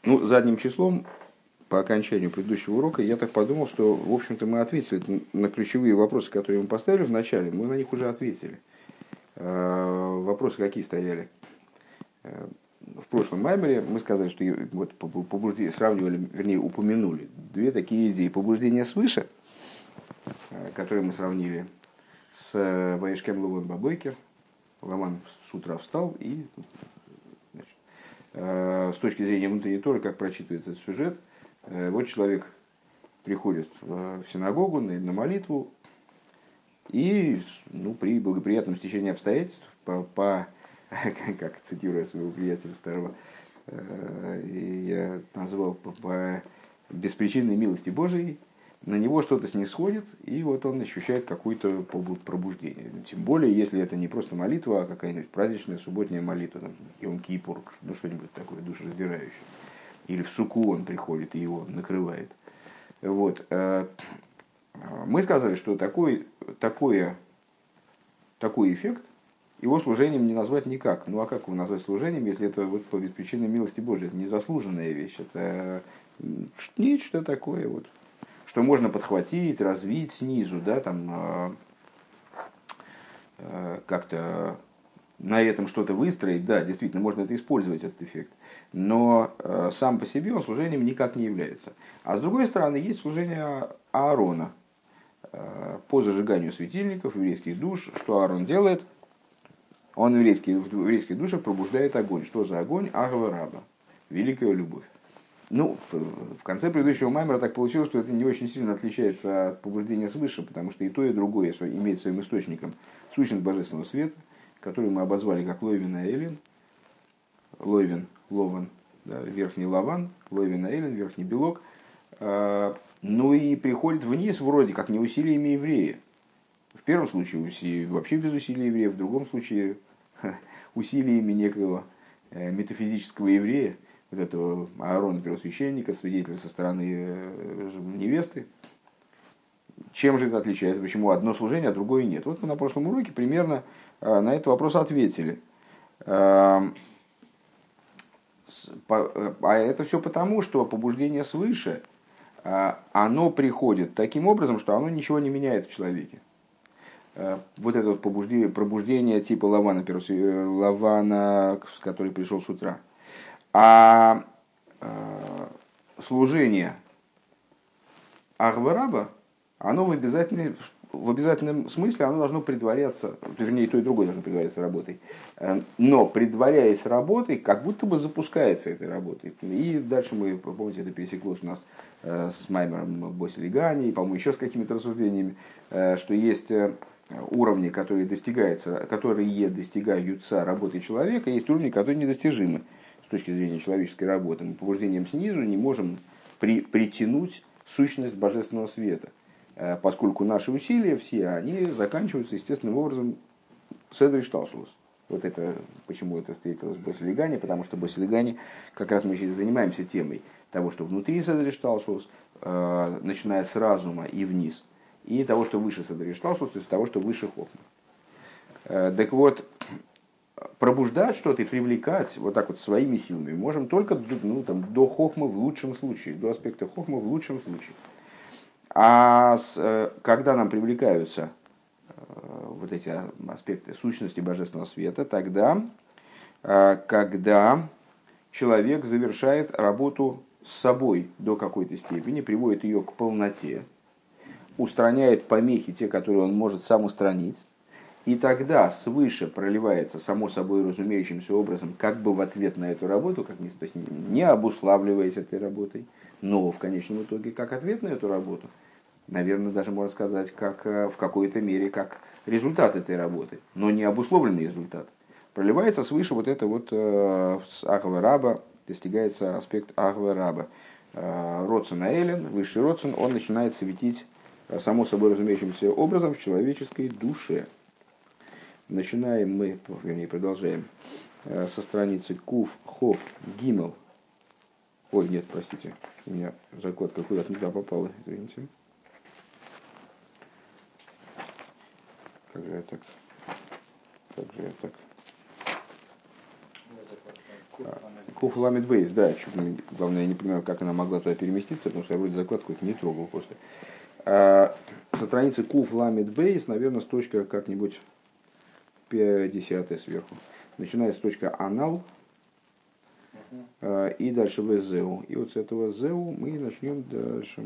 Ну, задним числом, по окончанию предыдущего урока, я так подумал, что, в общем-то, мы ответили на ключевые вопросы, которые мы поставили в начале, мы на них уже ответили. Вопросы какие стояли? В прошлом маймере мы сказали, что вот сравнивали, вернее, упомянули две такие идеи. Побуждение свыше, которые мы сравнили с Ваишкем Лавон Бабойкер. Лаван с утра встал и, значит, с точки зрения внутренней Торы, как прочитывается этот сюжет, вот человек приходит в синагогу на молитву и при благоприятном стечении обстоятельств, как цитируя своего приятеля старого, я назвал по беспричинной милости Божией, на него что-то снисходит, и вот он ощущает какое-то пробуждение. Тем более, если это не просто молитва, а какая-нибудь праздничная субботняя молитва, там, Йом-Кипур, ну что-нибудь такое душераздирающее. Или в суку он приходит и его накрывает. Вот. Мы сказали, что такой эффект его служением не назвать никак. Ну а как его назвать служением, если это вот по беспричинной милости Божией? Это незаслуженная вещь. Это нечто такое, вот, что можно подхватить, развить снизу, да, там, как-то на этом что-то выстроить. Да, действительно, можно это использовать, этот эффект. Но сам по себе он служением никак не является. А с другой стороны, есть служение Аарона по зажиганию светильников, еврейских душ. Что Аарон делает? Он в еврейских душах пробуждает огонь. Что за огонь? Агава раба. Великая любовь. Ну, в конце предыдущего маймера так получилось, что это не очень сильно отличается от побуждения свыше, потому что и то, и другое имеет своим источником сущность божественного света, который мы обозвали как Лойвин и Элин. Лойвин, Лован, да, верхний Лаван, Лойвин и Элин, верхний белок. Ну и приходит вниз вроде как не усилиями еврея. В первом случае вообще без усилий еврея, в другом случае усилиями некого метафизического еврея, вот этого Аарона, первосвященника, свидетеля со стороны невесты. Чем же это отличается? Почему одно служение, а другое нет? Вот мы на прошлом уроке примерно на этот вопрос ответили. А это все потому, что побуждение свыше, оно приходит таким образом, что оно ничего не меняет в человеке. Вот это вот пробуждение типа Лавана, который пришел с утра. А служение Ахвараба, оно в обязательном смысле оно должно предваряться, вернее, и то, и другое должно предваряться работой. Но предваряясь работой, как будто бы запускается этой работой. И дальше мы, помните, это пересеклось у нас с Маймером Босилигани, и, по-моему, еще с какими-то рассуждениями, что есть уровни, которые достигаются работой человека, есть уровни, которые недостижимы с точки зрения человеческой работы. Мы побуждением снизу не можем притянуть сущность божественного света, поскольку наши усилия все, они заканчиваются естественным образом седрой шталшус. Вот это, почему это встретилось в Босилигане, потому что в Босилигане как раз мы сейчас занимаемся темой того, что внутри седрой шталшус, начиная с разума и вниз, и того, что выше седрой шталшус, то есть того, что выше хохма. Так вот, пробуждать что-то и привлекать вот так вот своими силами можем только до хохмы в лучшем случае, до аспекта хохмы в лучшем случае. А когда нам привлекаются вот эти аспекты сущности божественного света, тогда, когда человек завершает работу с собой до какой-то степени, приводит ее к полноте, устраняет помехи, те, которые он может сам устранить, и тогда свыше проливается само собой разумеющимся образом, как бы в ответ на эту работу, то есть не обуславливаясь этой работой, но в конечном итоге как ответ на эту работу, наверное, даже можно сказать, как в какой-то мере как результат этой работы, но не обусловленный результат. Проливается свыше вот это вот с Ахва Раба, достигается аспект Ахва Раба. Родсон Элен, высший Родсон, он начинает светить само собой разумеющимся образом в человеческой душе. Начинаем мы, продолжаем со страницы Кув Хов Гимел. Ой, нет, простите, у меня закладка куда-то не туда попала, извините. Как же я так? Куф ламит бейс, да. Главное, я не понимаю, как она могла туда переместиться, потому что я вроде закладку не трогал после. Со страницы Куф ламит бейс, наверное, строчка как-нибудь 50 сверху. Начинается точка анал и дальше везеу. И вот с этого зеу мы начнем дальше.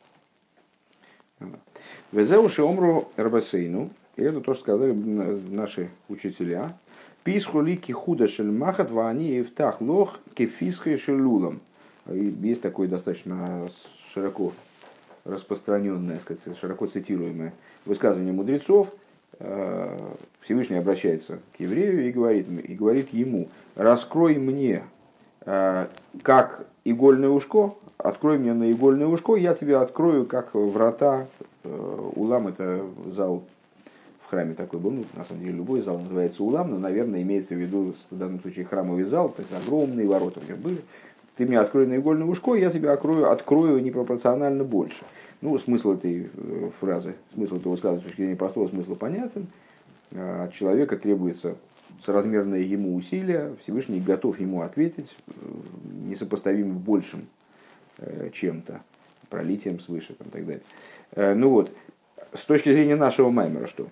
Везеу шеомру рабасейну. И это то, что сказали наши учителя. Писхулики худа шельмахат вани евтах лох кефисхе шелулам. Есть такое достаточно широко распространенное, сказать, широко цитируемое высказывание мудрецов. Всевышний обращается к еврею и говорит ему: раскрой мне как игольное ушко, открой мне на игольное ушко, я тебе открою как врата. Улам — это зал в храме такой был, ну, на самом деле любой зал называется улам, но, наверное, имеется в виду в данном случае храмовый зал, то есть огромные ворота у него были. Ты мне открой на игольное ушко, я тебе открою непропорционально больше. Ну, смысл этой фразы, смысл этого высказывания с точки зрения простого смысла понятен. От человека требуется соразмерное ему усилие, Всевышний готов ему ответить несопоставимо большим чем-то, пролитием свыше и так далее. Ну вот, с точки зрения нашего маймера, что?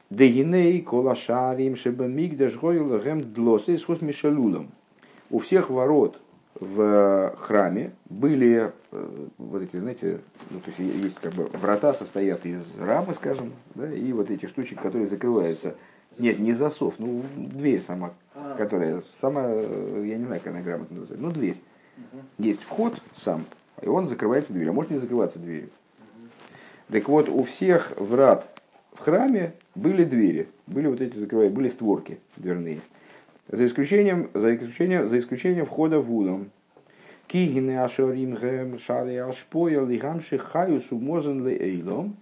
У всех ворот в храме были вот эти, знаете, ну, то есть есть как бы врата состоят из рамы, скажем, да, и вот эти штучки, которые закрываются. Нет, не засов, ну дверь сама, которая сама, я не знаю, как она грамотно называется, ну дверь. Есть вход сам, и он закрывается дверью, а может не закрываться дверью. Так вот, у всех врат в храме были двери, были вот эти закрываемые, были створки дверные. За исключением входа в улам. Кигины ашорим гэм шари ашпоя лигамши хаюсу мозен ле эйлом.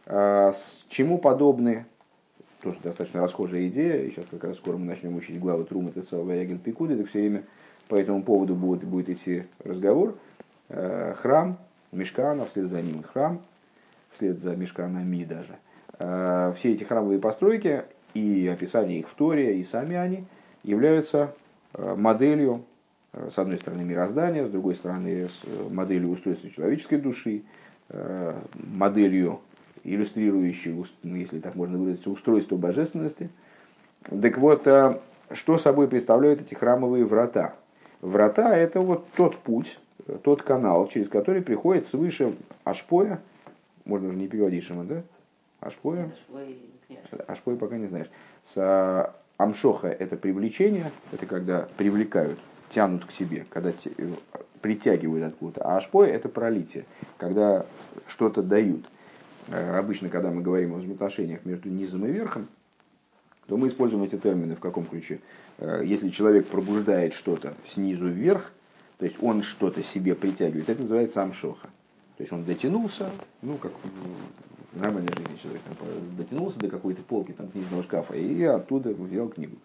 Чему подобны, тоже достаточно расхожая идея, и сейчас как раз скоро мы начнем учить главы Трумы Тесава Ягель Пикуды, так все время по этому поводу будет идти разговор. Храм, мишкан, а вслед за ним храм, вслед за мишканами даже. Все эти храмовые постройки и описание их в Торе, и сами они являются моделью, с одной стороны, мироздания, с другой стороны, моделью устройства человеческой души, моделью, иллюстрирующей, если так можно выразиться, устройство божественности. Так вот, что собой представляют эти храмовые врата? Врата — это вот тот путь, тот канал, через который приходит свыше Ашпоя, можно уже не переводить Шима, да? Ашпоя? Ашпоя пока не знаешь. С Амшоха — это привлечение, это когда привлекают, тянут к себе, когда притягивают откуда-то. А Ашпоя — это пролитие, когда что-то дают. Обычно, когда мы говорим о взаимоотношениях между низом и верхом, то мы используем эти термины в каком ключе? Если человек пробуждает что-то снизу вверх, то есть он что-то себе притягивает, это называется амшоха. То есть он дотянулся, ну, как в нормальной жизни человек дотянулся до какой-то полки, там, книжного шкафа, и оттуда взял книгу.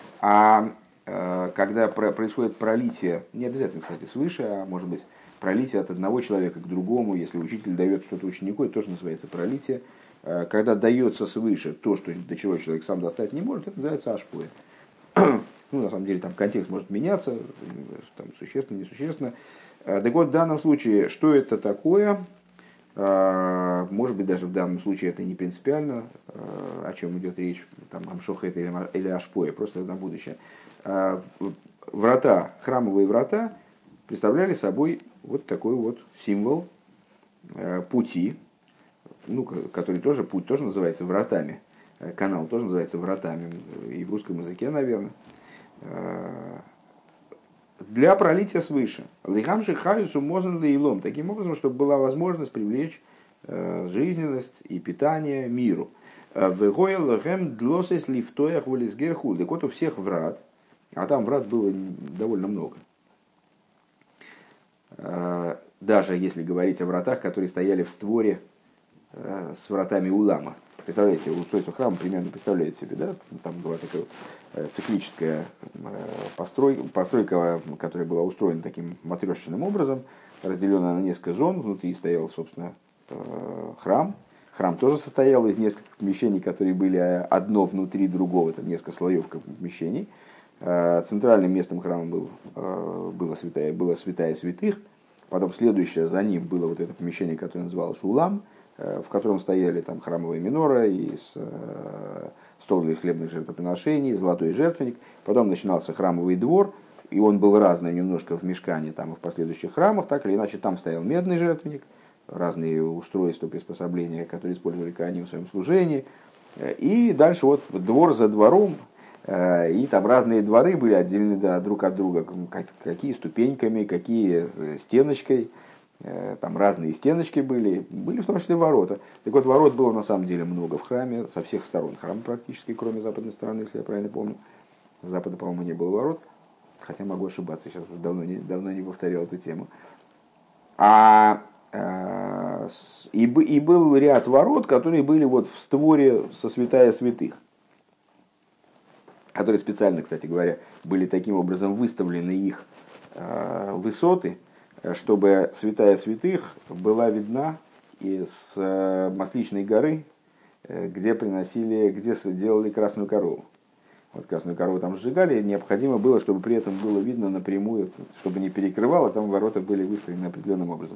А когда происходит пролитие, не обязательно, кстати, свыше, а может быть пролитие от одного человека к другому, если учитель дает что-то ученику, это тоже называется пролитие. Когда дается свыше то, что до чего человек сам достать не может, это называется ашпоя. Ну, на самом деле, там контекст может меняться, там, существенно, несущественно. Так вот, в данном случае, что это такое? Может быть, даже в данном случае это не принципиально, о чем идет речь, там, амшоха это или ашпоя, просто на будущее. Врата, храмовые врата представляли собой вот такой вот символ пути, ну, который тоже, путь тоже называется вратами, канал тоже называется вратами, и в русском языке, наверное, для пролития свыше. Лихамши хаюсу мозен лейлом, таким образом, чтобы была возможность привлечь жизненность и питание миру. Вегойл гэм длосес лифтоях волисгерхул. Так вот, у всех врат, а там врат было довольно много. Даже если говорить о вратах, которые стояли в створе с вратами улама. Представляете, устройство храма примерно представляете себе, да? Там была такая циклическая постройка, которая была устроена таким матрешечным образом, разделенная на несколько зон. Внутри стоял, собственно, храм. Храм тоже состоял из нескольких помещений, которые были одно внутри другого, там несколько слоев помещений. Центральным местом храма была святая святых. Потом следующее за ним было вот это помещение, которое называлось Улам, в котором стояли там храмовая минора и стол для хлебных жертвоприношений, золотой жертвенник. Потом начинался храмовый двор, и он был разный немножко в Мишкане там, и в последующих храмах. Так или иначе, там стоял медный жертвенник, разные устройства, приспособления, которые использовали коаним в своем служении. И дальше вот двор за двором, и там разные дворы были отдельны друг от друга, какие ступеньками, какие стеночкой, там разные стеночки были в том числе ворота. Так вот, ворот было на самом деле много в храме, со всех сторон храма практически, кроме западной стороны, если я правильно помню. С запада, по-моему, не было ворот, хотя могу ошибаться, сейчас уже давно не повторял эту тему. И был ряд ворот, которые были вот в створе со святая святых, которые специально, кстати говоря, были таким образом выставлены их высоты, чтобы святая святых была видна из Масличной горы, где делали красную корову. Вот красную корову там сжигали, необходимо было, чтобы при этом было видно напрямую, чтобы не перекрывало, там ворота были выставлены определенным образом.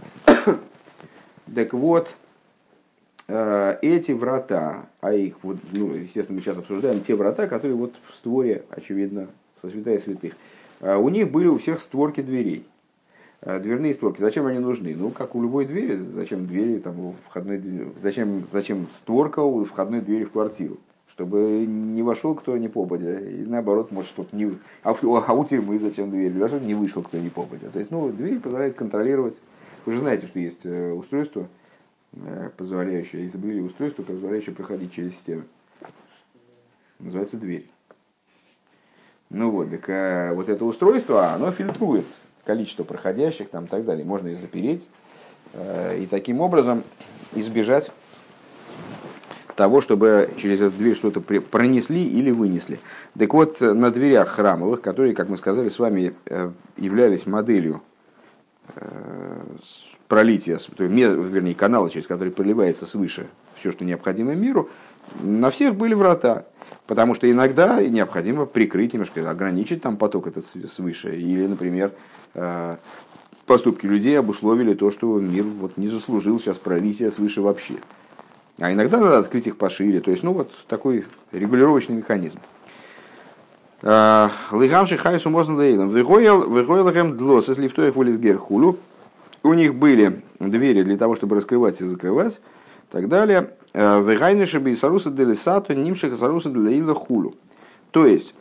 Так вот, эти врата, а их, вот, естественно, мы сейчас обсуждаем те врата, которые вот в створе, очевидно, со святая святых. У них были у всех створки дверей, дверные створки. Зачем они нужны? Ну, как у любой двери, зачем двери, там, зачем створка у входной двери в квартиру? Чтобы не вошел кто ни попадя, и наоборот, может, чтобы не... А у тюрьмы зачем дверь? Даже не вышел кто ни попадя. То есть, дверь позволяет контролировать. Вы же знаете, что есть устройство, изобрели устройство, позволяющее проходить через стену. Называется дверь. Вот это устройство, оно фильтрует количество проходящих там, и так далее. Можно их запереть и таким образом избежать того, чтобы через эту дверь что-то пронесли или вынесли. Так вот, на дверях храмовых, которые, как мы сказали, с вами являлись моделью пролития, вернее, канала, через который проливается свыше все, что необходимо миру, на всех были врата. Потому что иногда необходимо прикрыть немножко, ограничить там поток этот свыше. Или, например, поступки людей обусловили то, что мир вот не заслужил сейчас пролития свыше вообще. А иногда надо открыть их пошире. То есть, такой регулировочный механизм. Лыгамши хайсу можно лейлом. Выгойлахем длос, если в тоих волис герхулу. У них были двери для того, чтобы раскрывать и закрывать. И так далее. Вегайныши бы и саруса делисату, нимших саруса делаила хулу. То есть,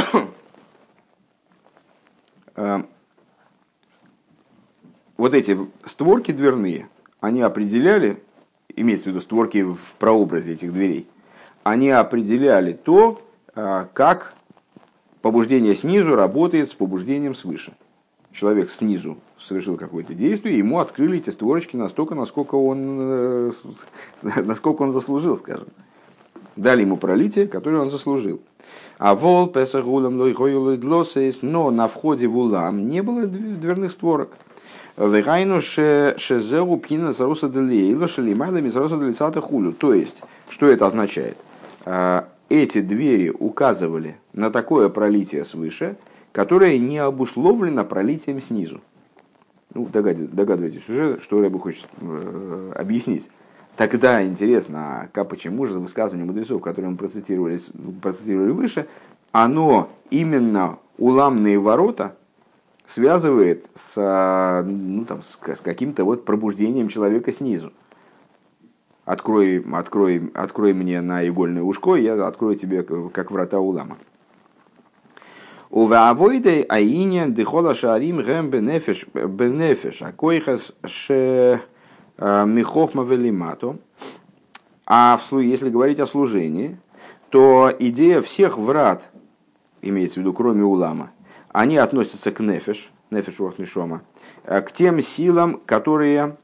вот эти створки дверные, они определяли, имеется в виду створки в прообразе этих дверей, они определяли то, как побуждение снизу работает с побуждением свыше. Человек снизу совершил какое-то действие, ему открыли эти створочки настолько, насколько он заслужил, скажем. Дали ему пролитие, которое он заслужил. А вол песагулам лойгойлойдлосейс, но на входе в улам не было дверных створок. Вегайну шезеу пхина заруса делейла шелимайлами заруса делисата хулю. То есть, что это означает? Эти двери указывали на такое пролитие свыше, которое не обусловлено пролитием снизу. Догадываетесь уже, что Рэбе хочет объяснить. Тогда интересно, почему же высказывание мудрецов, которые мы процитировали выше, оно именно уламные ворота связывает с каким-то вот пробуждением человека снизу. Открой мне на игольное ушко, я открою тебе как врата улама. Увавойдей аиня дыхола шарим гэм бенефеш акойхас ше михохма велимато. А если говорить о служении, то идея всех врат, имеется в виду кроме улама, они относятся к нефеш руах нишома, к тем силам, которые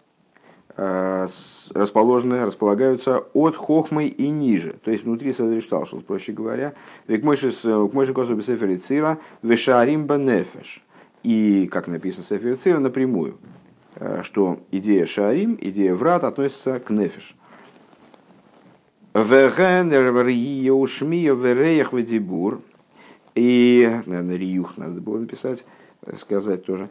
располагаются от хохмы и ниже, то есть внутри Седришталшус, проще говоря, век мойши косу бесефери цира вешарим бенефеш. И, как написано в Сефер Цира, напрямую, что идея шарим, идея врат относится к нефеш. И, наверное, риюх надо было написать, сказать тоже.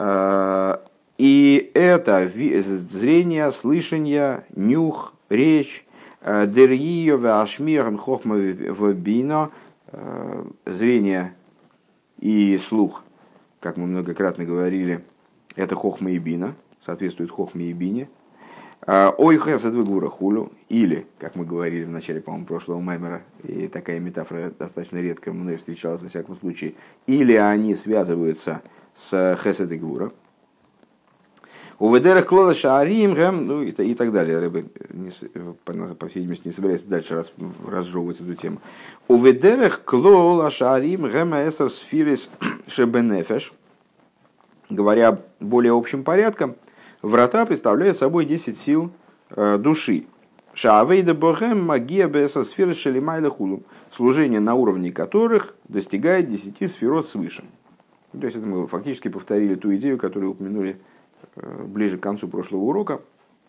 И это зрение, слышание, нюх, речь, дерьио вашмирн хохма вбино, зрение и слух, как мы многократно говорили, это хохма и бина, соответствует хохме и бине. Ой, хесед вегура хулю, или, как мы говорили в начале, по-моему, прошлого маймера, и такая метафора достаточно редко мной встречалась во всяком случае, или они связываются с хесед и гура. У ведерах клола шаарим, ну и так далее. Рыбы, по всей видимости, не собирается дальше разжевывать эту тему. У ведерах клола шаарим гэма эсэр сфирис шебенефеш. Говоря более общим порядком, врата представляют собой 10 сил души. Шаавейда бохэм магия бэсэр сфирис шелимайла хулум. Служение на уровне которых достигает 10 сферот свыше. То есть это мы фактически повторили ту идею, которую упомянули ближе к концу прошлого урока,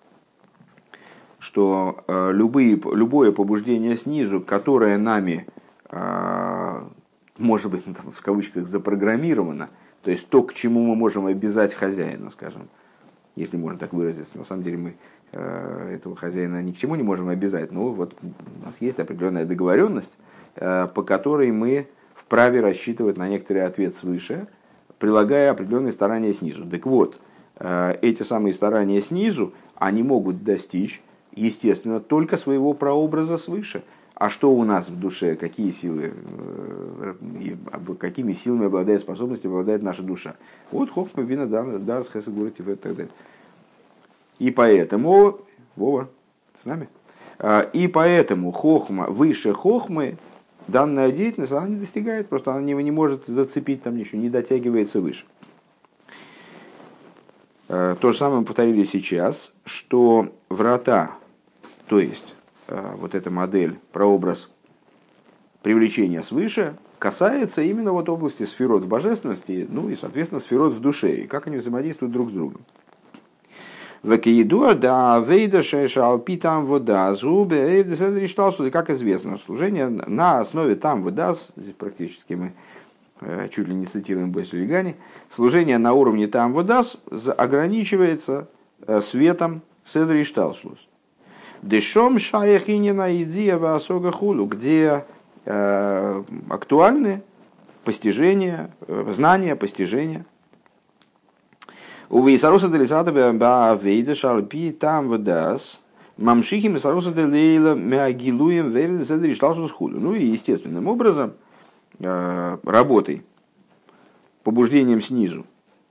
что любое побуждение снизу, которое нами, может быть, в кавычках, запрограммировано, то есть то, к чему мы можем обязать хозяина, скажем, если можно так выразиться. На самом деле мы этого хозяина ни к чему не можем обязать, но вот у нас есть определенная договоренность, по которой мы вправе рассчитывать на некоторый ответ свыше, прилагая определенные старания снизу. Так вот, эти самые старания снизу, они могут достичь, естественно, только своего прообраза свыше. А что у нас в душе, какие силы, какими силами обладает, способностями обладает наша душа? Вот хохма вина да, с хэсэгурати и так далее. И поэтому, Вова, с нами? И поэтому хохма, выше хохмы, данная деятельность, она не достигает, просто она не может зацепить там ничего, не дотягивается выше. То же самое мы повторили сейчас, что врата, то есть вот эта модель, прообраз привлечения свыше, касается именно вот области сферот в божественности, ну и, соответственно, сферот в душе, и как они взаимодействуют друг с другом. Как известно, служение на основе там выдас, здесь практически мы чуть ли не цитируем Бойсу Вигани, служение на уровне там водас ограничивается светом седри шталшлус. Дешом шаяхинина идия васога хулу, где актуальны постижения, знания, постижения. У Вейсаруса делисата баавейда шалпи там водас мамшихим Вейсаруса делейла меагилуем верит седри шталшлус хулу. Ну и естественным образом работой, побуждением снизу,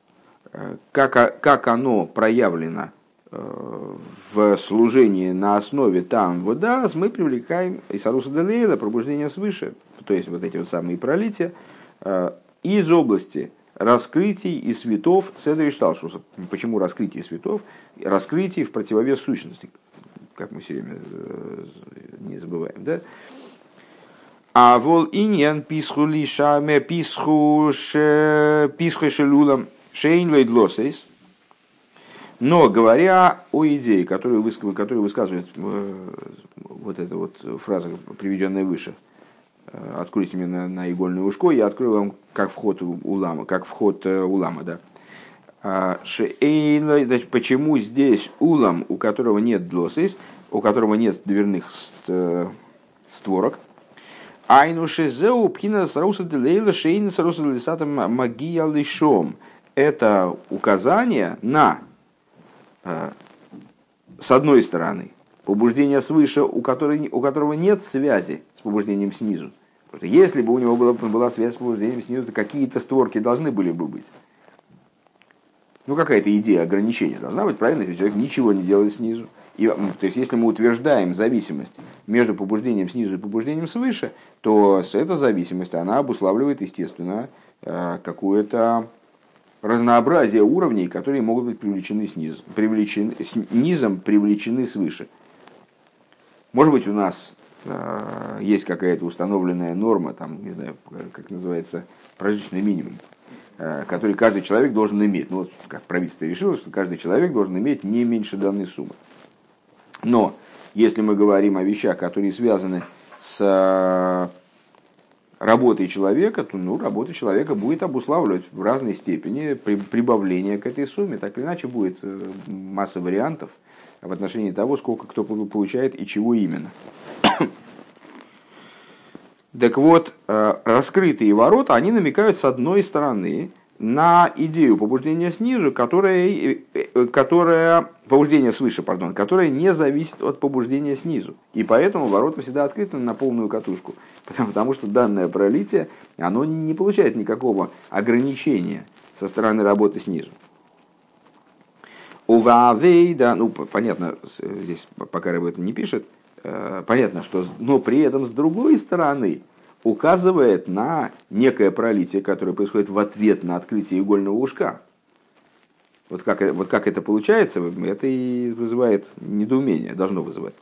как оно проявлено в служении на основе там водас, мы привлекаем Исаруса Делейла, пробуждение свыше, то есть вот эти вот самые пролития, из области раскрытий и светов Седри Шталшуса. Почему раскрытие светов? Раскрытие в противовес сущности, как мы все время не забываем, да? А вол иньян писху лишаме писху шелулам шейн лейдлосейс. Но говоря о идее, которую высказывает вот эта вот фраза, приведенная выше, откройте мне на игольное ушко, я открою вам как вход улама, да. Почему здесь улам, у которого нет длосейс, у которого нет дверных створок, Айнушезеу пхина саруса делейла шейна саруса делисата магия лишом. Это указание на, с одной стороны, побуждение свыше, у которого нет связи с побуждением снизу. Потому что если бы у него была связь с побуждением снизу, то какие-то створки должны были бы быть. Ну, какая-то идея ограничения должна быть, правильно, если человек ничего не делает снизу. То есть, если мы утверждаем зависимость между побуждением снизу и побуждением свыше, то эта зависимость, она обуславливает, естественно, какое-то разнообразие уровней, которые могут быть привлечены снизу, низом привлечены свыше. Может быть, у нас есть какая-то установленная норма, там, не знаю, как называется, прожиточный минимум, который каждый человек должен иметь. Ну, вот как правительство решило, что каждый человек должен иметь не меньше данной суммы. Но если мы говорим о вещах, которые связаны с работой человека, то работа человека будет обуславливать в разной степени прибавление к этой сумме. Так или иначе будет масса вариантов в отношении того, сколько кто получает и чего именно. Так вот, раскрытые ворота, они намекают с одной стороны на идею побуждения снизу, побуждение свыше, которое не зависит от побуждения снизу. И поэтому ворота всегда открыты на полную катушку. Потому что данное пролитие, оно не получает никакого ограничения со стороны работы снизу. Понятно, здесь пока Ребе это не пишет, понятно, что, но при этом с другой стороны указывает на некое пролитие, которое происходит в ответ на открытие игольного ушка. Вот как это получается, это и вызывает недоумение, должно вызывать.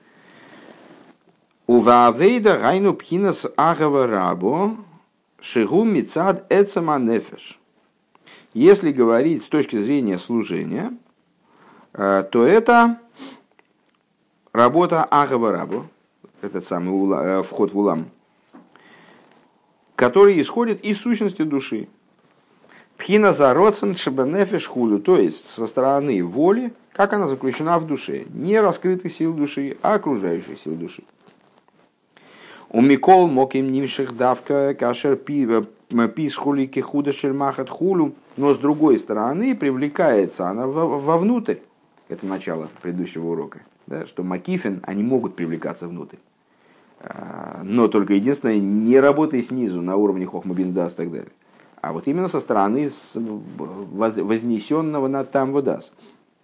Увавейда гайну пхинас агава рабо шигу мицад эцама нефеш. Если говорить с точки зрения служения, то это работа агава рабо, этот самый вход в улам, который исходит из сущности души. Пхина зароцен шебенефеш хулю, то есть со стороны воли, как она заключена в душе, не раскрытых сил души, а окружающих сил души. У Микол моким нимших давка кашер пис хули кихуда шельмахат хулю, но с другой стороны привлекается она вовнутрь. Это начало предыдущего урока, да, что макифин, они могут привлекаться внутрь. Но только единственное, не работая снизу на уровне хохма биндас и так далее. А вот именно со стороны вознесенного над там водас.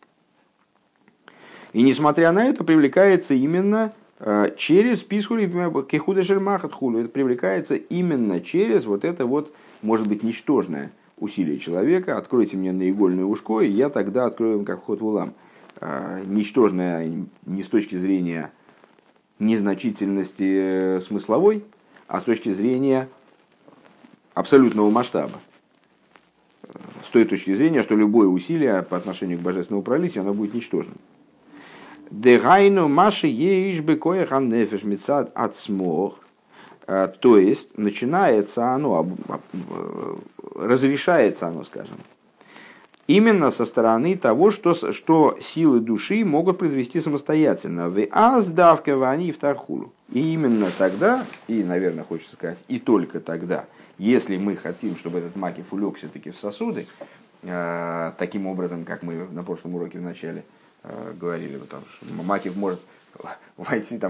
И несмотря на это, привлекается именно через писхули кехуда шельмахат хулю. Это привлекается именно через вот это вот, может быть, ничтожное усилие человека. Откройте мне наигольное ушко, и я тогда открою им как вход в улам. Ничтожное не с точки зрения незначительности смысловой, а с точки зрения абсолютного масштаба. С той точки зрения, что любое усилие по отношению к божественному пролитию, оно будет ничтожным. Дегайну маши еишбе коехан нефеш мицад ацмох. То есть начинается оно, разрешается оно, скажем, именно со стороны того, что силы души могут произвести самостоятельно. И именно тогда, и, наверное, хочется сказать, и только тогда, если мы хотим, чтобы этот макиф улег все-таки в сосуды, таким образом, как мы на прошлом уроке вначале говорили, что макиф может войти,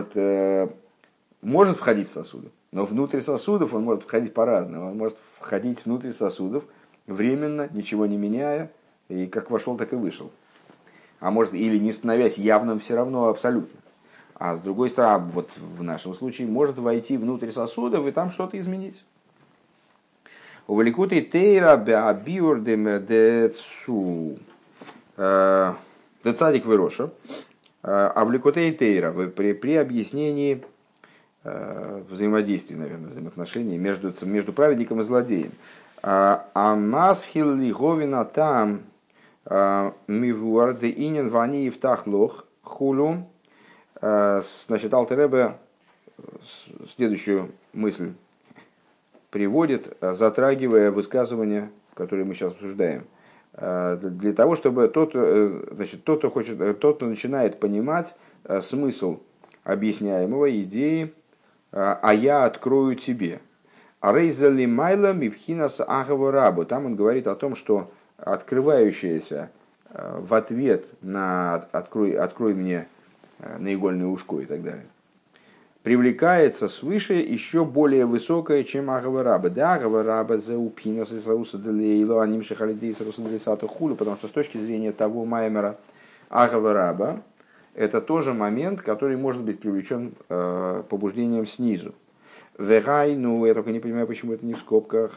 может входить в сосуды, но внутрь сосудов он может входить по-разному. Он может входить внутрь сосудов временно, ничего не меняя, и как вошел, так и вышел. А может, или не становясь явным все равно абсолютно. А с другой стороны, вот в нашем случае, может войти внутрь сосудов и там что-то изменить. У Великутой Тейра Беабиур Децу Децадик Вироша. А в Великутой Тейра при объяснении взаимодействия, наверное, взаимоотношений между праведником и злодеем. Амасхил лиговина там мивуарде инин вани евтахлох хулю. Значит, Алтер Ребе следующую мысль приводит, затрагивая высказывания, которые мы сейчас обсуждаем, для того, чтобы тот, кто начинает понимать смысл объясняемого идеи, а я открою тебе. А рейзали майла мипхинас агава рабу. Там он говорит о том, что открывающееся в ответ на открой мне наигольное ушко и так далее, привлекается свыше еще более высокое, чем агава раба. Да, агава раба за упхинас и сауса делейло анимши халидей сауса делесату хулю, потому что с точки зрения того маймера агава раба это тоже момент, который может быть привлечен побуждением снизу. Вегайну, я только не понимаю, почему это не в скобках.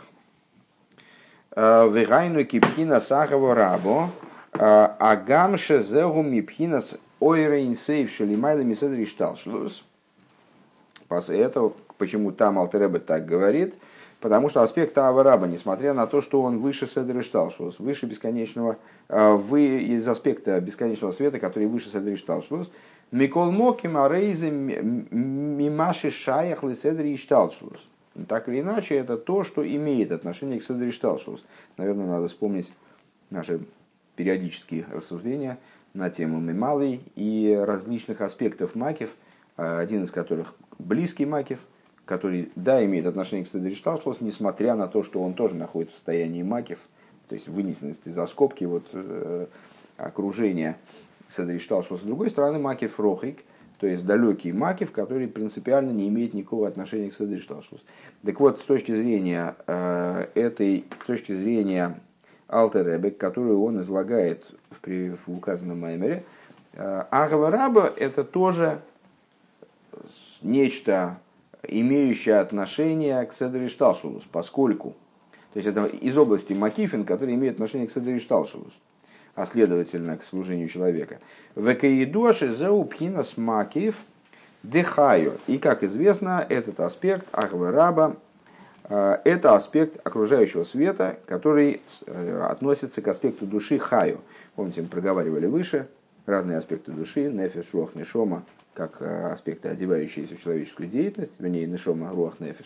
Вегайну кипхина сахава рабо, агамше зегу мипхинас ойрейн сейв шелимайла миседри шталшлус. Это почему там Алтер Ребе так говорит, потому что аспект Ава-Раба, несмотря на то, что он выше Седри Шталшлус, выше бесконечного, из аспекта бесконечного света, который выше Седри Шталшлус, Микол Моким Арейзе Мимаши Шаях Леседри Шталшлус. Так или иначе, это то, что имеет отношение к Седер Шталшус. Наверное, надо вспомнить наши периодические рассуждения на тему Мемалый и различных аспектов макев, один из которых близкий макев, который, да, имеет отношение к Седер Шталшус, несмотря на то, что он тоже находится в состоянии макев, то есть вынесенности за скобки окружения Седер Шталшус. С другой стороны, макев Рохик, то есть далекий макев, который принципиально не имеет никакого отношения к Седер Шталшус. Так вот, с точки зрения Алтер Ребе, которую он излагает в указанном маймере, Агава Раба — это тоже нечто, имеющее отношение к Седер Шталшус, поскольку, то есть это из области макифин, который имеет отношение к Седер Шталшус, а следовательно к служению человека. Векаидоши зеу пхинас макив дехайо. И, как известно, этот аспект Агава Раба — это аспект окружающего света, который относится к аспекту души хайо. Помните, мы проговаривали выше разные аспекты души, нефеш, руах, нешома, как аспекты, одевающиеся в человеческую деятельность, вернее, нешома, руах, нефеш.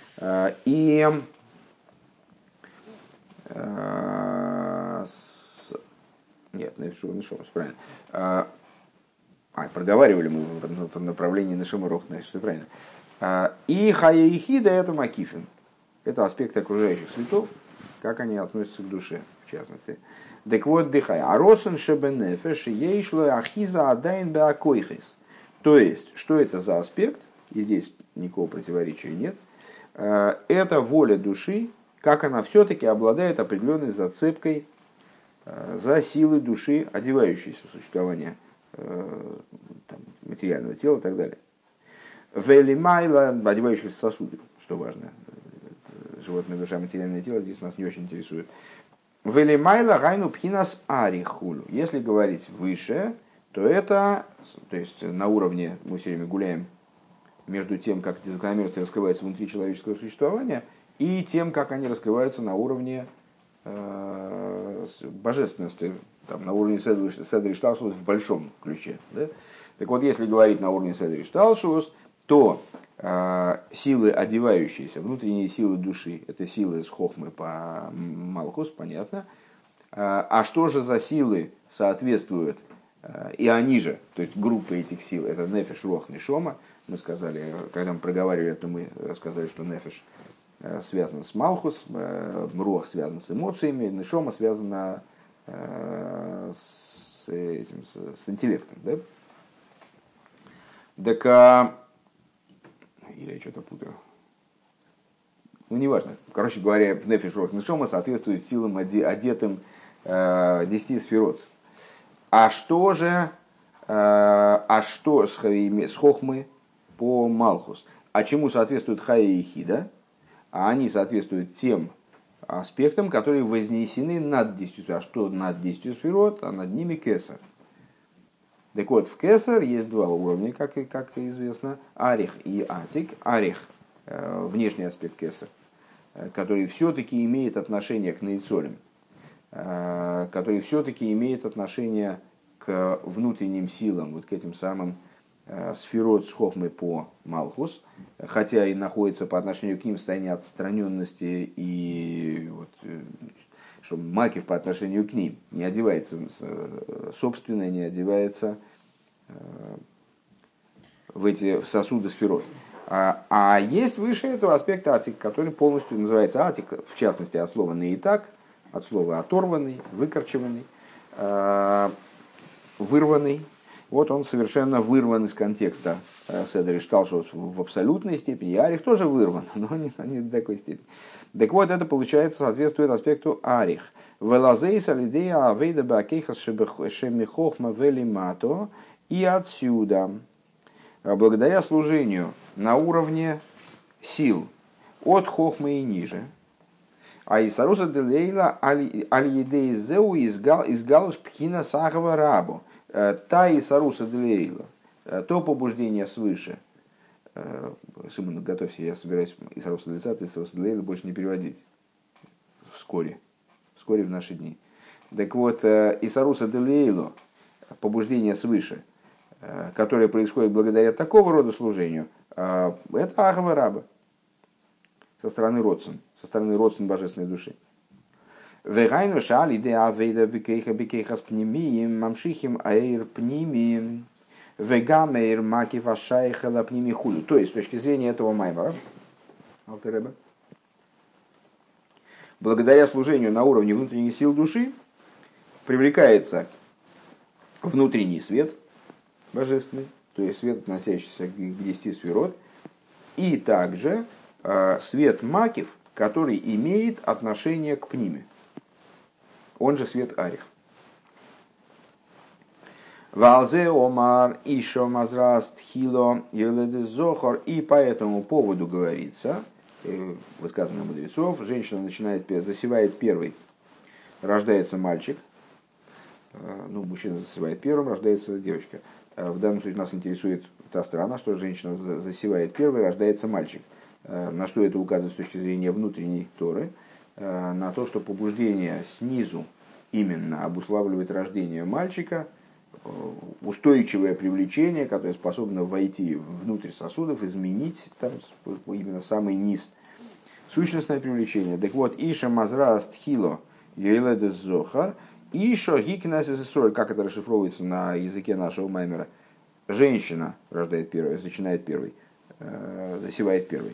Нет, нешома, правильно. Проговаривали мы в направлении нешома, руах, нефеш, все правильно. И хая-ихида — это макифин. Это аспект окружающих светов, как они относятся к душе, в частности. Так вот, дыхай. Аросен шебенефеш ейшло ахиза адайн беакойхис. То есть, что это за аспект? И здесь никакого противоречия нет. Это воля души, как она все-таки обладает определенной зацепкой за силы души, одевающейся в существование материального тела и так далее. Велимайла, одевающихся в сосуды, что важно. Животная душа, материальное тело здесь нас не очень интересует. Велимайла гайну пхинас арихулю. Если говорить выше, то это, то есть на уровне, мы все время гуляем между тем, как эти закономерности раскрываются внутри человеческого существования, и тем, как они раскрываются на уровне божественности, на уровне Седер Шталшус в большом ключе. Да? Так вот, если говорить на уровне Седер Шталшус, то силы, одевающиеся, внутренние силы души, это силы с хохмы по Малхус, понятно. А что же за силы соответствуют, и они же, то есть группа этих сил, это нефеш, руах, нешома. Мы сказали, когда мы проговаривали это, мы сказали, что нефеш связан с Малхус, руах связан с эмоциями, нешома связана с интеллектом. Да? Так, или я что-то путаю. Неважно. Короче говоря, нефеш, руах, нешома соответствует силам, одетым 10 сферот. А что с хохмы по Малхус? А чему соответствует хая и хида? А они соответствуют тем аспектам, которые вознесены над 10. А что над 10 сферот? А над ними кесар. Так вот, в кесар есть два уровня, как известно. Арих и атик. Арих — внешний аспект кесар, который все-таки имеет отношение к наицолям, который все-таки имеет отношение к внутренним силам, вот к этим самым сферот с хохмой по Малхус, хотя и находится по отношению к ним в состоянии отстраненности, и что макив по отношению к ним не одевается собственно, не одевается в сосуды сферот. А есть выше этого аспекта атик, который полностью называется атик, в частности от слова «наитак», от слова «оторванный», «выкорчеванный», «вырванный». Вот он совершенно вырван из контекста Седер Шталшус в абсолютной степени. И Арих тоже вырван, но не до такой степени. Так вот, это, получается, соответствует аспекту Арих. И отсюда, благодаря служению на уровне сил, от хохмы и ниже, а Исаруса делейла аль-едей зеу изгалус пхина сахава рабу. Та Исаруса делейла, то побуждение свыше. Шимон, готовься, я собираюсь Исаруса делейла, Исаруса делейла больше не переводить. Вскоре в наши дни. Так вот, Исаруса делейло, побуждение свыше, которое происходит благодаря такого рода служению, это Агава Раба. со стороны родствен божественной души. Вегайну шали де авейда бекейха с пнемием, мамшихим аэйр пнемием, вегамейр маки вашайхала пнеми худу. То есть, с точки зрения этого маймара, Алтер Ребе, благодаря служению на уровне внутренних сил души привлекается внутренний свет божественный, то есть свет, относящийся к 10 сферот, и также свет макив, который имеет отношение к пниме, он же свет арих. Валзе омар ишо мазраст хило зохар. И по этому поводу говорится, высказывание мудрецов, женщина начинает, засевает первой, рождается мальчик, мужчина засевает первым, рождается девочка. В данном случае нас интересует та сторона, что женщина засевает первой, рождается мальчик. На что это указывает с точки зрения внутренней Торы? На то, что побуждение снизу именно обуславливает рождение мальчика, устойчивое привлечение, которое способно войти внутрь сосудов, изменить там именно самый низ. Сущностное привлечение. Так вот, Иша Мазраст Хило Йейледес Зохар, Иша Гикнас Исроль, как это расшифровывается на языке нашего маймера? Женщина рождает первой, начинает первой, засевает первой.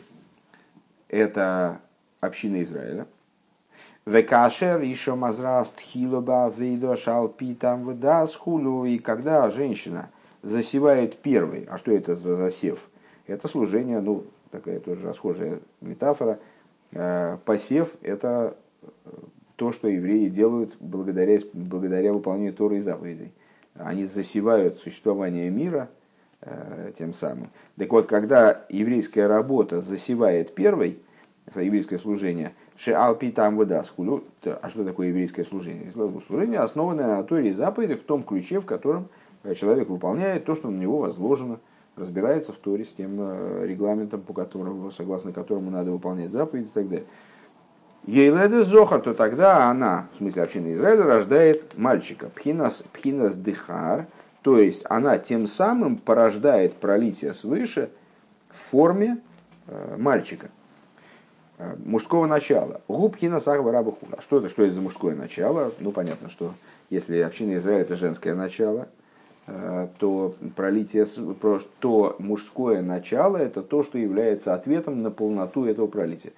Это община Израиля. Векашер еще мазраст хилоба вейдо шалпи там выдаст хулу. И когда женщина засевает первой, а что это за засев? Это служение, такая тоже расхожая метафора. Посев – это то, что евреи делают благодаря выполнению Торы и заповедей. Они засевают существование мира тем самым. Так вот, когда еврейская работа засевает первой, еврейское служение, шеалпи там выдаскулю, а что такое еврейское служение? Служение, основанное на Торе и заповедях в том ключе, в котором человек выполняет то, что на него возложено, разбирается в Торе с тем регламентом, согласно которому надо выполнять заповеди и так далее. Ейледе зохар, то тогда она, в смысле общины Израиля, рождает мальчика. Пхинас дыхар, то есть она тем самым порождает пролитие свыше в форме мальчика, мужского начала. Губхина сахва раба хула. Что это за мужское начало? Понятно, что если община Израиля это женское начало, то пролитие, то мужское начало это то, что является ответом на полноту этого пролития.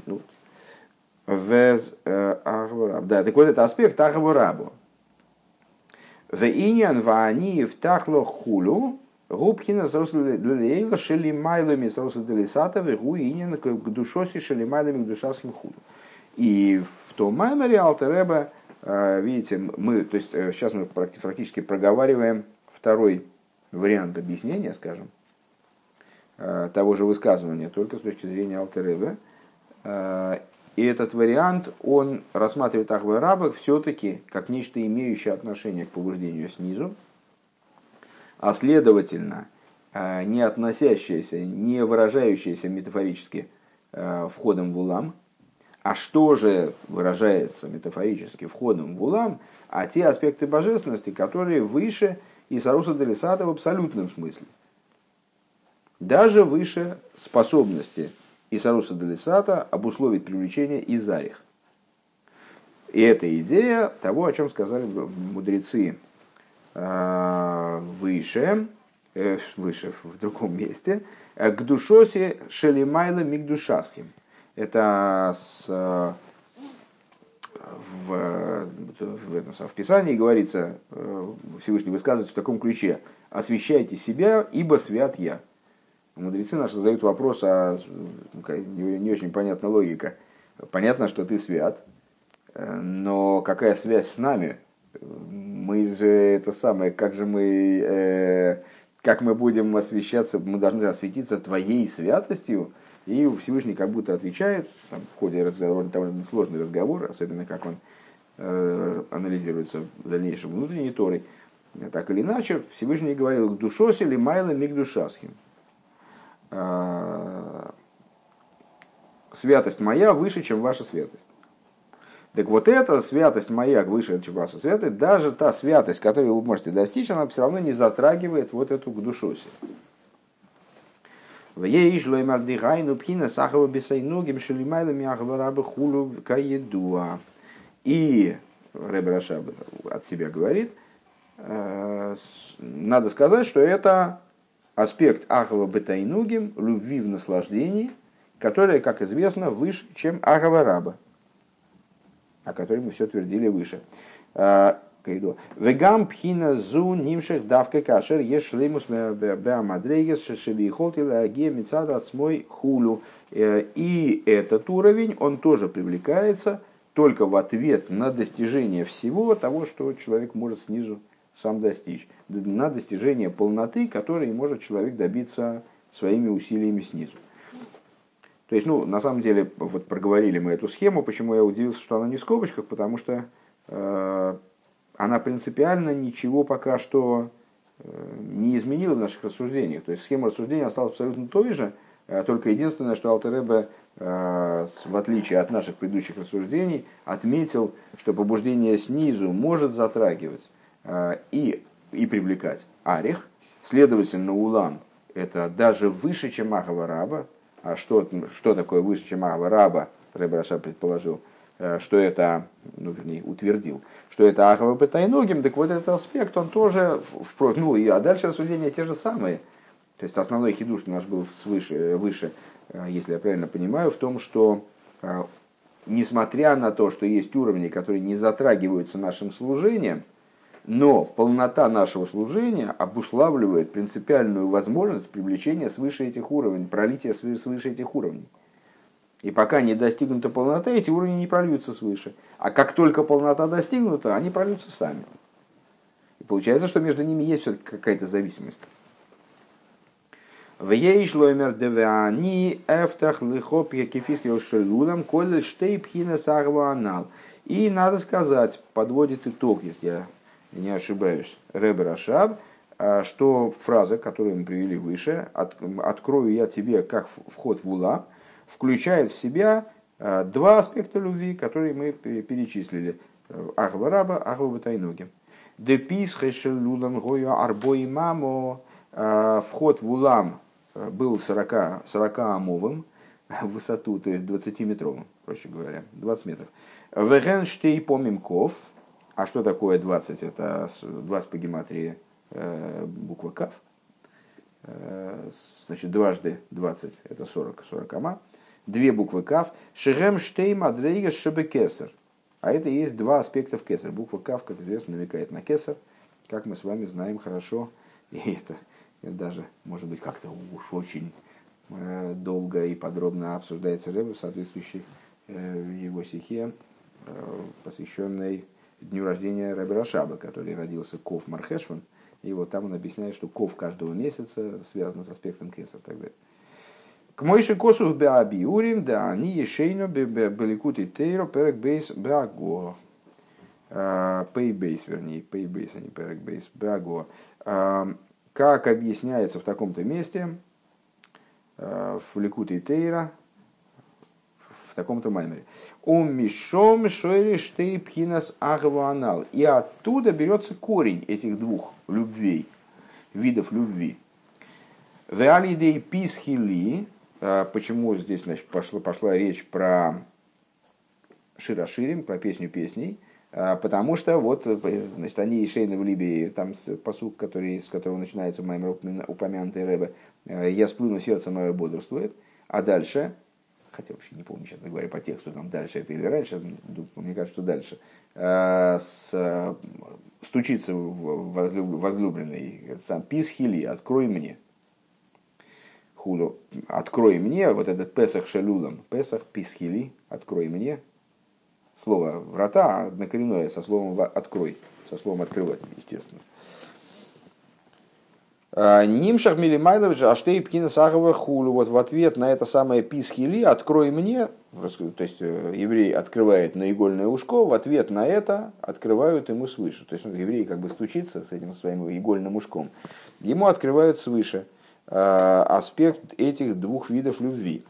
Да, так вот это аспект Ахварабу. Веиньян ваани втахло хулу губхина срослилейла шелимайлами срослилисатовы гуиньян к душоси шелимайлами к душасим хулу. И в том маймере Алтер Ребе, видите, сейчас мы практически проговариваем второй вариант объяснения, скажем, того же высказывания, только с точки зрения Алтер Ребе. И этот вариант, он рассматривает Ахве Раба все-таки как нечто имеющее отношение к побуждению снизу, а следовательно, не относящееся, не выражающееся метафорически входом в улам. А что же выражается метафорически входом в улам? А те аспекты божественности, которые выше Исаруса Делисата в абсолютном смысле. Даже выше способности Исаруса Делисата обусловить привлечение Изарих. И это идея того, о чем сказали мудрецы выше, в другом месте, к душосе шелимайла мигдушасхим. Это в Писании говорится, Всевышний высказывается в таком ключе: освящайте себя, ибо свят я. Мудрецы наши задают вопрос, не очень понятна логика. Понятно, что ты свят, но какая связь с нами? Мы же это самое, как мы будем освящаться, мы должны осветиться твоей святостью. И Всевышний как будто отвечает, в ходе разговора, довольно сложный разговор, особенно как он анализируется в дальнейшем внутренней Торой. Так или иначе, Всевышний говорил: «Душоси ли майла мигдушасхим». Святость моя выше, чем ваша святость. Так вот эта святость моя выше, чем ваша святость, даже та святость, которую вы можете достичь, она все равно не затрагивает вот эту гдушоси. Ей шлоймар дыгайну пхина сахава бесайногим шелимайлами ахвараба хулу каедуа. И Ребе Рашаб от себя говорит, надо сказать, что это аспект ахава бетайнугим, любви в наслаждении, которая, как известно, выше, чем ахава раба, о которой мы все твердили выше. Вегам пхина зу нимших давка кашер ешлеймус беамадрейгес шебихолтила аге мицада отсмой хулю. И этот уровень, он тоже привлекается только в ответ на достижение всего того, что человек может снизу сам достичь. На достижение полноты, которой может человек добиться своими усилиями снизу. То есть, на самом деле, вот проговорили мы эту схему. Почему я удивился, что она не в скобочках? Потому что она принципиально ничего пока что не изменила в наших рассуждениях. То есть схема рассуждения осталась абсолютно той же, только единственное, что Алтер Ребе, в отличие от наших предыдущих рассуждений, отметил, что побуждение снизу может затрагивать и привлекать арих, следовательно, улам это даже выше, чем ахава раба. А что такое выше, чем ахава раба? Ребе Рашаб предположил, что это, утвердил, что это ахава бетайногим, так вот этот аспект, он тоже, а дальше рассуждения те же самые. То есть основной хидуш наш был выше, если я правильно понимаю, в том, что несмотря на то, что есть уровни, которые не затрагиваются нашим служением, но полнота нашего служения обуславливает принципиальную возможность привлечения свыше этих уровней, пролития свыше этих уровней. И пока не достигнута полнота, эти уровни не прольются свыше. А как только полнота достигнута, они прольются сами. И получается, что между ними есть все-таки какая-то зависимость. И надо сказать, подводит итог, если я не ошибаюсь, Ребе Рашаб, что фраза, которую мы привели выше, «открою я тебе как вход в ула», включает в себя два аспекта любви, которые мы перечислили. Ахва раба, ахва бетайнуги. Депис хэшел лулам гоя арбой мамо. Вход в улам был 40 амовым в высоту, то есть 20-метровым, проще говоря, 20 метров. Веген штей помимков. А что такое 20? Это 20 по гематрии буква кав. Значит, дважды 20 это 40 ама. Две буквы кав. Шерем штей мадрейгас шебекесер. А это и есть два аспекта в кесер. Буква кав, как известно, намекает на кесер, как мы с вами знаем хорошо. И это даже, может быть, как-то уж очень долго и подробно обсуждается Ребе в соответствующей его стихе, посвященной дню рождения Ребе Рашаба, который родился Ков Мархешван. И вот там он объясняет, что Ков каждого месяца связан с аспектом кесар и так далее. К Мойше Косу в Беабиурим, да они ешейно беликут и тейро перек бейс беаго. Пейбейс, вернее, пейбейс, а не перек бейс беаго. Как объясняется в таком-то месте, в Ликут и Тейра, в таком-то маймере. Умишом шойри штей пхинас агванал. И оттуда берется корень этих двух любвей, видов любви. Веалидей писхили. Почему здесь, значит, пошла речь про Широширим, про песню песней? Потому что вот, значит, они Шейна в Либии, там пасук, с которого начинается маймер, упомянутый Ребе, «Я сплю, но сердце мое бодрствует». А дальше, хотя вообще не помню, честно говоря, по тексту, там дальше это или раньше, мне кажется, что дальше, стучится возлюбленный, сам «Писхили, открой мне». Хулу, открой мне, вот этот Песах Шелулам, Песах, Писхили, открой мне. Слово врата однокоренное со словом открой, со словом открывать, естественно. Нимшах милимайлович, аштей пхина сахава хулу. Вот в ответ на это самое Писхили, открой мне, то есть еврей открывает наигольное ушко, в ответ на это открывают ему свыше. То есть еврей как бы стучится с этим своим игольным ушком, ему открывают свыше аспект этих двух видов любви.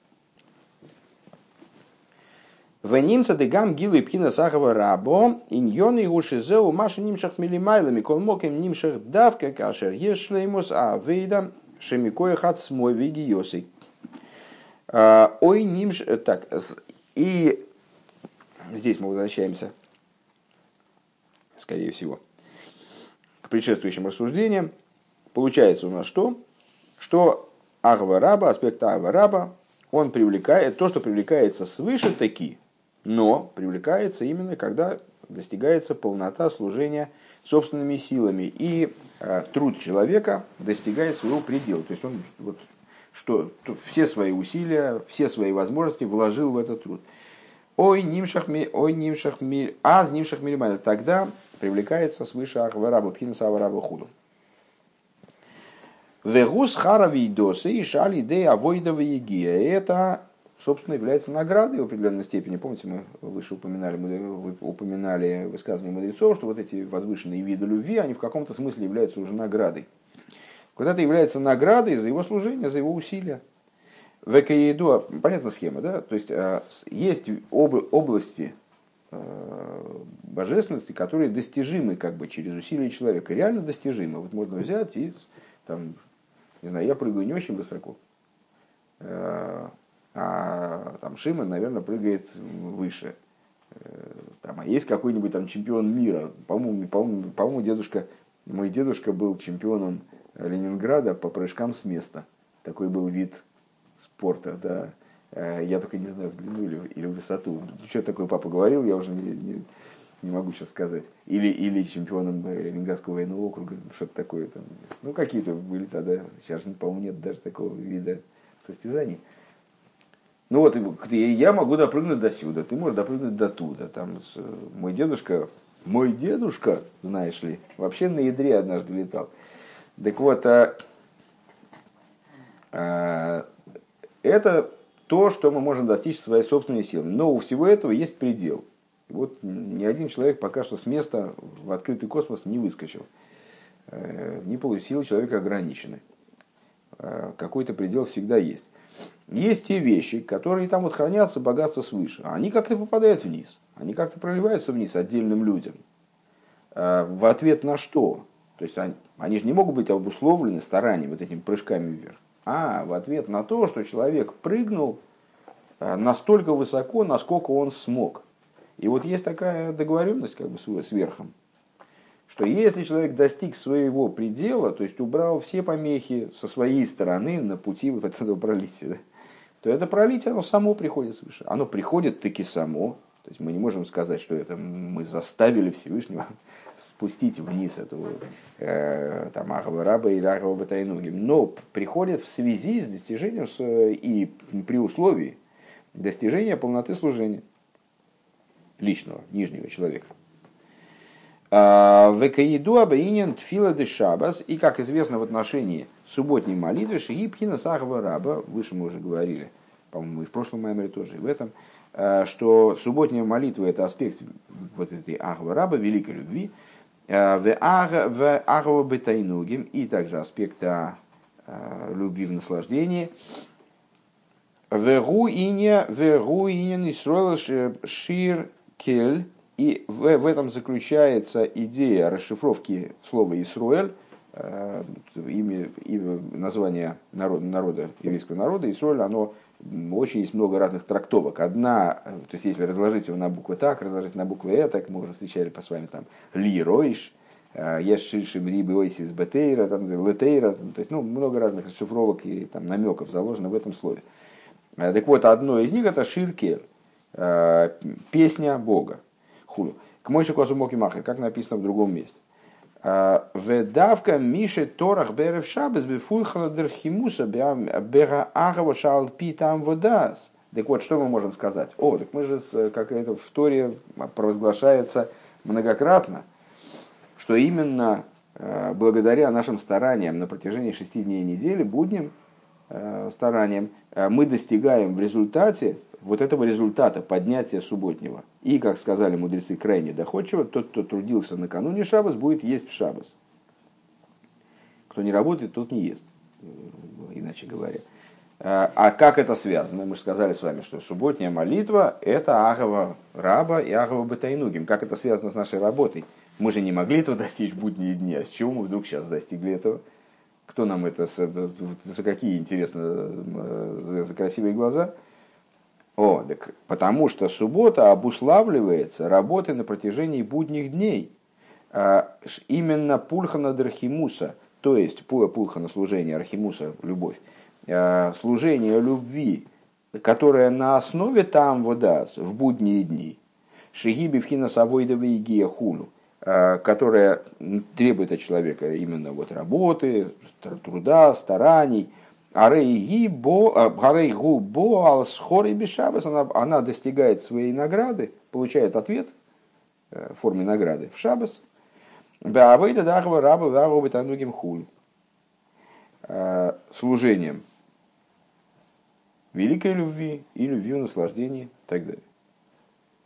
В немца дегам гилу и пхина сахава рабо иньоны ушизеу маши нимшах милимайлами колмоким нимшах давка кашер ешлеймус а вейда шемикоя хат смой виги йосей. Ой, нимш... Так, и здесь мы возвращаемся, скорее всего, к предшествующим рассуждениям. Получается у нас что? Что Ахва Раба, аспект Ахва Раба, он привлекает то, что привлекается свыше таки, но привлекается именно, когда достигается полнота служения собственными силами, и труд человека достигает своего предела. То есть он вот, все свои усилия, все свои возможности вложил в этот труд. Ой, нимшах миль, аз нимшах миль, тогда привлекается свыше Ахва Раба, пхинас Ахва Раба худу. Вегус харави досы и шали де авойдова егия. Это, собственно, является наградой в определенной степени. Помните, мы выше упоминали высказывание мудрецов, что вот эти возвышенные виды любви, они в каком-то смысле являются уже наградой. Когда-то является наградой за его служение, за его усилия. В Экаеду, понятна схема, да? То есть есть области божественности, которые достижимы как бы через усилия человека. Реально достижимы. Вот можно взять и там, не знаю, я прыгаю не очень высоко, а там Шимон, наверное, прыгает выше. Там, а есть какой-нибудь там чемпион мира. По-моему, мой дедушка был чемпионом Ленинграда по прыжкам с места. Такой был вид спорта, да. Я только не знаю, в длину или в высоту. Что такое папа говорил, я уже не могу сейчас сказать. Или чемпионом Ленинградского военного округа, что-то такое там. Ну, какие-то были тогда. Сейчас, по-моему, нет даже такого вида состязаний. Ну вот, я могу допрыгнуть до сюда, ты можешь допрыгнуть до туда. Там, мой дедушка, знаешь ли, вообще на ядре однажды летал. Так вот, это то, что мы можем достичь своей собственной силой. Но у всего этого есть предел. Вот ни один человек пока что с места в открытый космос не выскочил. Силы человека ограничены. Какой-то предел всегда есть. Есть те вещи, которые там вот хранятся, богатство свыше. А они как-то попадают вниз. Они как-то проливаются вниз отдельным людям. В ответ на что? То есть они же не могут быть обусловлены старанием, вот этими прыжками вверх. А в ответ на то, что человек прыгнул настолько высоко, насколько он смог. И вот есть такая договоренность как бы с верхом, что если человек достиг своего предела, то есть убрал все помехи со своей стороны на пути вот этого пролития, да, то это пролитие, оно само приходит свыше. Оно приходит таки само. То есть мы не можем сказать, что это мы заставили Всевышнего спустить вниз этого Ахва Раба или Ахва Батайнугим. Но приходит в связи с достижением и при условии достижения полноты служения личного, нижнего человека. Векаиду абаинен тфила де шабас, и, как известно в отношении субботней молитвы, шигибхина сахва раба, выше мы уже говорили, по-моему, и в прошлом маймере тоже, и в этом, что субботняя молитва — это аспект вот этой ахва раба, великой любви, в ахва бетайнугим, и также аспекта любви в наслаждении, вегу инен исроэл шир кель. И в этом заключается идея расшифровки слова «Исруэль», имя название народа, еврейского народа. «Исруэль», оно очень есть много разных трактовок. Одна, то есть если разложить его на буквы так, разложить на буквы так, мы уже встречали с вами там «Ли Ройш», «Ешшишим Риби Ойсис Бетейра», «Летейра», то есть много разных расшифровок и там, намеков заложено в этом слове. Так вот, одно из них — это «Ширкель», песня Бога. Худу. К мойши косу моки махер, как написано в другом месте. Ведавка мише торах берев шабес бефульхала дерхимуса бера агава шалпи там водас. Так вот, что мы можем сказать? Так мы же, как это в Торе провозглашается многократно, что именно благодаря нашим стараниям на протяжении 6 дней недели, будним стараниям, мы достигаем в результате вот этого результата поднятия субботнего. И, как сказали мудрецы крайне доходчиво, тот, кто трудился накануне шаббас, будет есть в шаббас. Кто не работает, тот не ест, иначе говоря. А как это связано? Мы же сказали с вами, что субботняя молитва — это Ахава Раба и Ахава Батайнугим. Как это связано с нашей работой? Мы же не могли этого достичь в будние дни. А с чего мы вдруг сейчас достигли этого? Кто нам это, за какие, интересно, за красивые глаза? Так потому что суббота обуславливается работой на протяжении будних дней. Именно пульхана дархимуса, то есть пульхана служения, архимуса, любовь, служение любви, которое на основе там водас в будние дни, шигиби вхина савойдова и гия хуну, которая требует от человека именно вот работы, труда, стараний. Арейгу бо алсхори бешабас, она достигает своей награды, получает ответ в форме награды в шабас. Беавейда дахва раба варобы танугим хуль. Служением великой любви и любви в наслаждении и так далее.